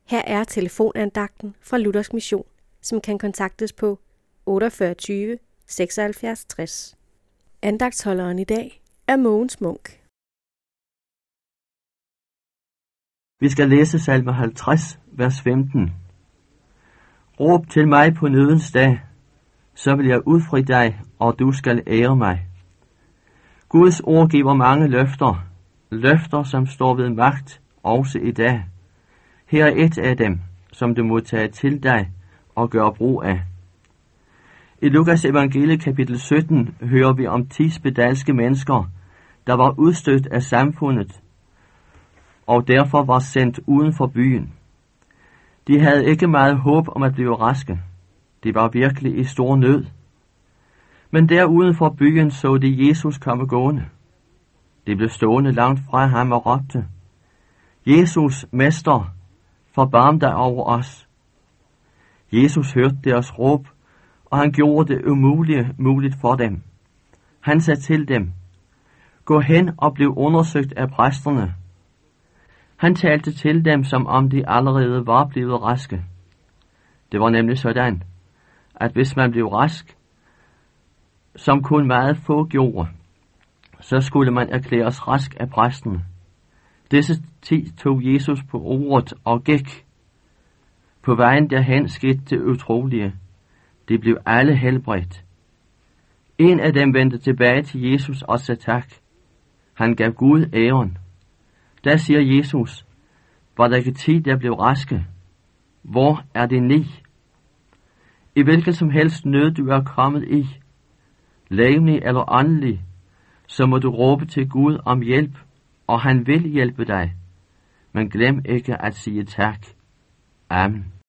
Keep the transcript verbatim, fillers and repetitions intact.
Her er telefonandagten fra Luthersk Mission, som kan kontaktes på otteogfyrre tyve seksoghalvfjerds tres. Andagtsholderen i dag er Mogens Munk. Vi skal læse salme halvtreds, vers femten. Råb til mig på nødens dag, så vil jeg udfri dig, og du skal ære mig. Guds ord giver mange løfter, løfter som står ved magt, også i dag. Her er et af dem, som du må tage til dig og gøre brug af. I Lukas evangelie kapitel sytten hører vi om ti spedalske mennesker, der var udstødt af samfundet, og derfor var sendt uden for byen. De havde ikke meget håb om at blive raske. De var virkelig i stor nød. Men der uden for byen så de Jesus komme gående. De blev stående langt fra ham og råbte: Jesus, Mester, forbarm dig over os. Jesus hørte deres råb, og han gjorde det umulige muligt for dem. Han sagde til dem: Gå hen og bliv undersøgt af præsterne. Han talte til dem, som om de allerede var blevet raske. Det var nemlig sådan, at hvis man blev rask, som kun meget få gjorde, så skulle man erklæres rask af præsten. Disse ti tog Jesus på ordet og gik. På vejen derhen skete det utrolige. De blev alle helbredt. En af dem vendte tilbage til Jesus og sagde tak. Han gav Gud æren. Da siger Jesus: var der ikke ti, der blev raske? Hvor er de ni? I hvilken som helst nød du er kommet i, legemlig eller åndelig, så må du råbe til Gud om hjælp, og han vil hjælpe dig. Men glem ikke at sige tak. Amen.